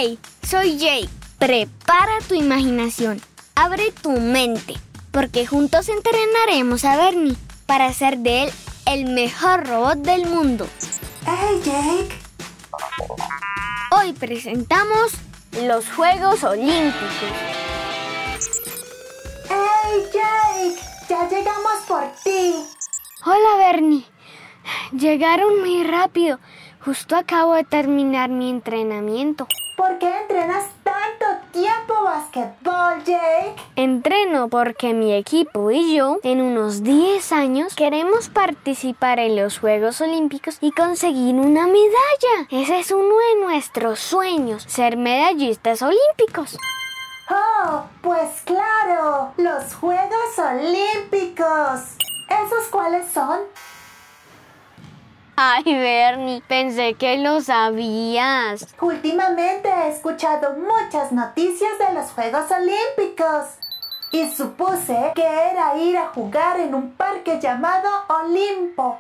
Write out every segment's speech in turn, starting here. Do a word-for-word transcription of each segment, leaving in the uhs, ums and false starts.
Hey, soy Jake. Prepara tu imaginación. Abre tu mente, porque juntos entrenaremos a Bernie para hacer de él el mejor robot del mundo. Hey, Jake. Hoy presentamos los Juegos Olímpicos. Hey, Jake. Ya llegamos por ti. Hola, Bernie. Llegaron muy rápido. Justo acabo de terminar mi entrenamiento. ¿Por qué entrenas tanto tiempo basquetbol, Jake? Entreno porque mi equipo y yo, en unos diez años, queremos participar en los Juegos Olímpicos y conseguir una medalla. Ese es uno de nuestros sueños, ser medallistas olímpicos. Oh, pues claro, los Juegos Olímpicos. ¿Esos cuáles son? Ay, Bernie, pensé que lo sabías. Últimamente he escuchado muchas noticias de los Juegos Olímpicos y supuse que era ir a jugar en un parque llamado Olimpo.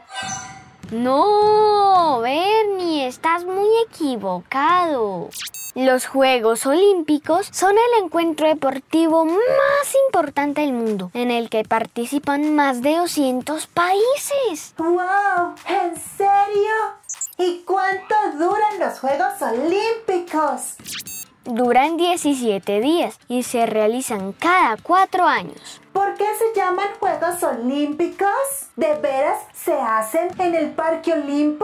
No, Bernie, estás muy equivocado. Los Juegos Olímpicos son el encuentro deportivo más importante del mundo, en el que participan más de doscientos países. ¡Wow! ¿En serio? ¿Y cuánto duran los Juegos Olímpicos? Duran diecisiete días y se realizan cada cuatro años. ¿Por qué se llaman Juegos Olímpicos? ¿De veras se hacen en el Parque Olimpo?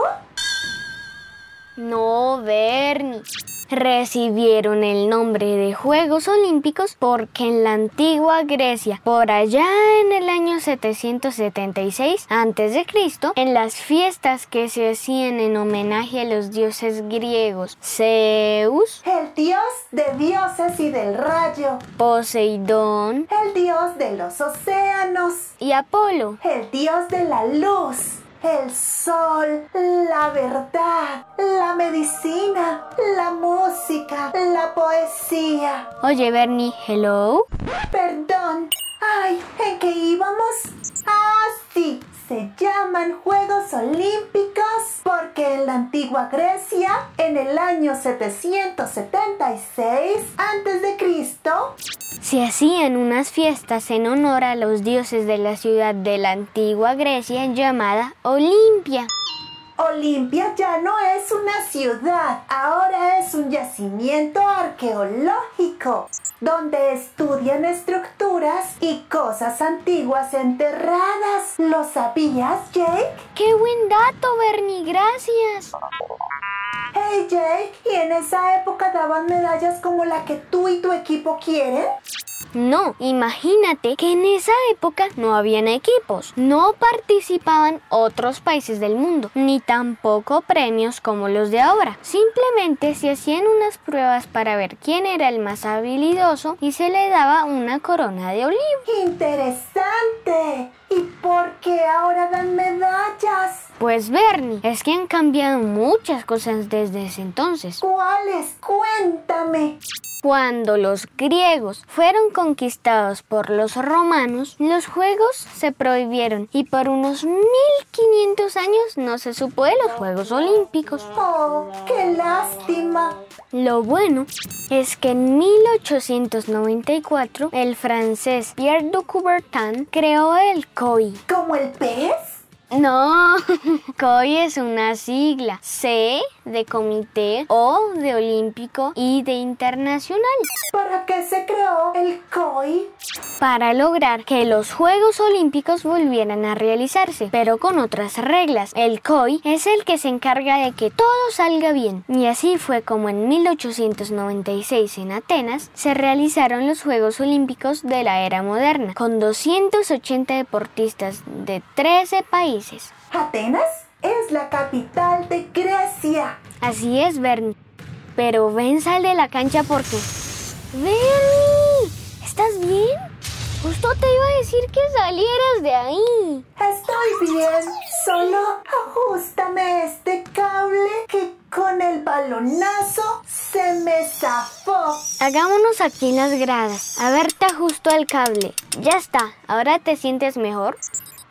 No, Bernie. Recibieron el nombre de Juegos Olímpicos porque en la antigua Grecia, por allá en el año setecientos setenta y seis antes de Cristo, en las fiestas que se hacían en homenaje a los dioses griegos Zeus, el dios de dioses y del rayo, Poseidón, el dios de los océanos, y Apolo, el dios de la luz, el sol, la verdad, la medicina, la música, la poesía. Oye, Bernie, hello. Perdón. Ay, ¿en qué íbamos? Ah, sí. Se llaman Juegos Olímpicos porque en la antigua Grecia, en el año setecientos setenta y seis antes de Cristo, se hacían unas fiestas en honor a los dioses de la ciudad de la antigua Grecia llamada Olimpia. Olimpia ya no es una ciudad, ahora es un yacimiento arqueológico donde estudian estructuras y cosas antiguas enterradas. ¿Lo sabías, Jake? ¡Qué buen dato, Bernie! ¡Gracias! Hey, Jake, ¿y en esa época daban medallas como la que tú y tu equipo quieren? No, imagínate que en esa época no habían equipos, no participaban otros países del mundo, ni tampoco premios como los de ahora. Simplemente se hacían unas pruebas para ver quién era el más habilidoso y se le daba una corona de olivo. ¡Interesante! ¿Y por qué ahora dan medallas? Pues, Bernie, es que han cambiado muchas cosas desde ese entonces. ¿Cuáles? Cuéntame. Cuando los griegos fueron conquistados por los romanos, los juegos se prohibieron y por unos mil quinientos años no se supo de los Juegos Olímpicos. ¡Oh, qué lástima! Lo bueno es que en mil ochocientos noventa y cuatro el francés Pierre de Coubertin creó el C O I. ¿Como el pez? No, C O I es una sigla. C de comité, O de olímpico y de internacional. ¿Para qué se creó el C O I? Para lograr que los Juegos Olímpicos volvieran a realizarse, pero con otras reglas. El C O I es el que se encarga de que todo salga bien. Y así fue como en mil ochocientos noventa y seis en Atenas se realizaron los Juegos Olímpicos de la era moderna, con doscientos ochenta deportistas de trece países. ¿Atenas? Es la capital de Grecia. Así es, Bernie. Pero ven, sal de la cancha porque... ¡Bernie! ¿Estás bien? Justo te iba a decir que salieras de ahí. Estoy bien. Solo ajústame este cable que con el balonazo se me zafó. Hagámonos aquí en las gradas. A ver, te ajusto el cable. Ya está. ¿Ahora te sientes mejor?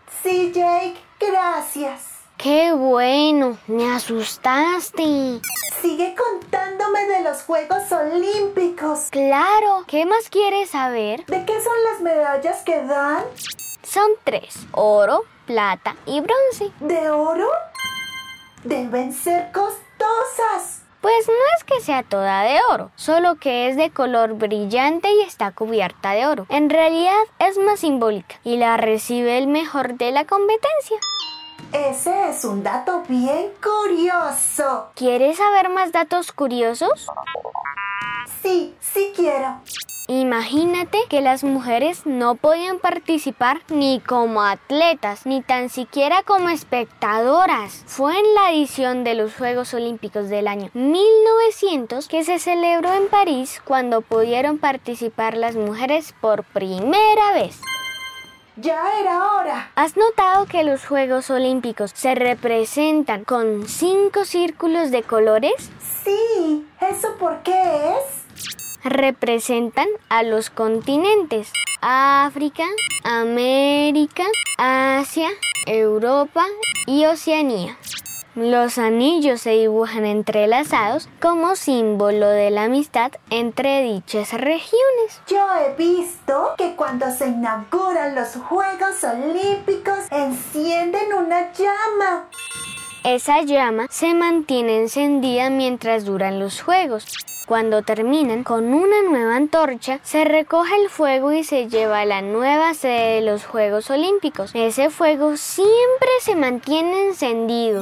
Sí, Jake. Gracias. ¡Qué bueno! ¡Me asustaste! sigue contándome de los Juegos Olímpicos. Claro, ¿qué más quieres saber? ¿De qué son las medallas que dan? Son tres: oro, plata y bronce. ¿De oro? Deben ser costosas. Pues no es que sea toda de oro, solo que es de color brillante y está cubierta de oro. En realidad es más simbólica y la recibe el mejor de la competencia. Ese es un dato bien curioso. ¿Quieres saber más datos curiosos? Sí, sí quiero. Imagínate que las mujeres no podían participar ni como atletas, ni tan siquiera como espectadoras. Fue en la edición de los Juegos Olímpicos del año mil novecientos que se celebró en París cuando pudieron participar las mujeres por primera vez. Ya era hora. ¿Has notado que los Juegos Olímpicos se representan con cinco círculos de colores? Sí, ¿eso por qué es? Representan a los continentes: África, América, Asia, Europa y Oceanía. Los anillos se dibujan entrelazados como símbolo de la amistad entre dichas regiones. Yo he visto que cuando se inauguran los Juegos Olímpicos encienden una llama. Esa llama se mantiene encendida mientras duran los juegos. Cuando terminan, con una nueva antorcha, se recoge el fuego y se lleva a la nueva sede de los Juegos Olímpicos. Ese fuego siempre se mantiene encendido.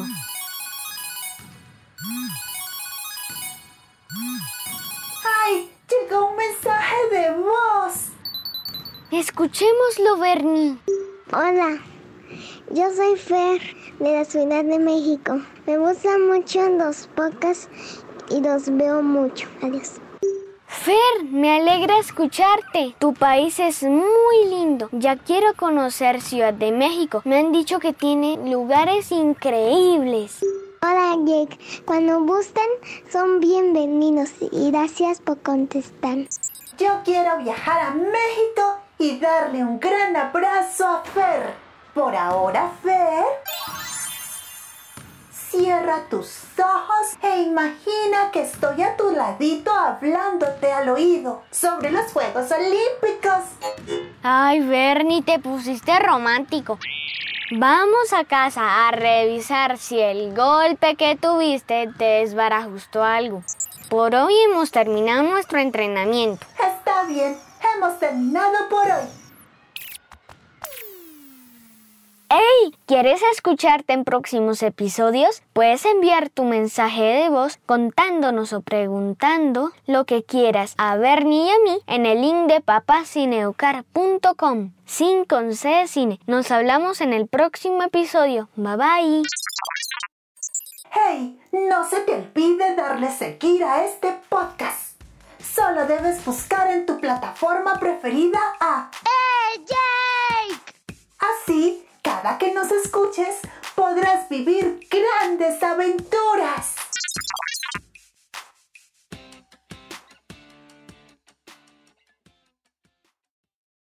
¡Ay! Llegó un mensaje de voz. Escuchémoslo, Bernie. Hola, yo soy Fer, de la Ciudad de México. Me gustan mucho los podcasts y los veo mucho. Adiós. Fer, me alegra escucharte. Tu país es muy lindo. Ya quiero conocer Ciudad de México. Me han dicho que tiene lugares increíbles. Hola, Jake. Cuando gusten, son bienvenidos y gracias por contestar. Yo quiero viajar a México y darle un gran abrazo a Fer. Por ahora, Fer, cierra tus ojos e imagina que estoy a tu ladito hablándote al oído sobre los Juegos Olímpicos. Ay, Bernie, te pusiste romántico. Vamos a casa a revisar si el golpe que tuviste te desbarajustó algo. Por hoy hemos terminado nuestro entrenamiento. Está bien, hemos terminado por hoy. ¡Hey! ¿Quieres escucharte en próximos episodios? Puedes enviar tu mensaje de voz contándonos o preguntando lo que quieras a Bernie y a mí en el link de papacineucar punto com. Sin con C de cine. Nos hablamos en el próximo episodio. Bye bye. ¡Hey! No se te olvide darle seguir a este podcast. Solo debes buscar en tu plataforma preferida a ¡Hey, Jake! Así, cada que nos escuches, podrás vivir grandes aventuras.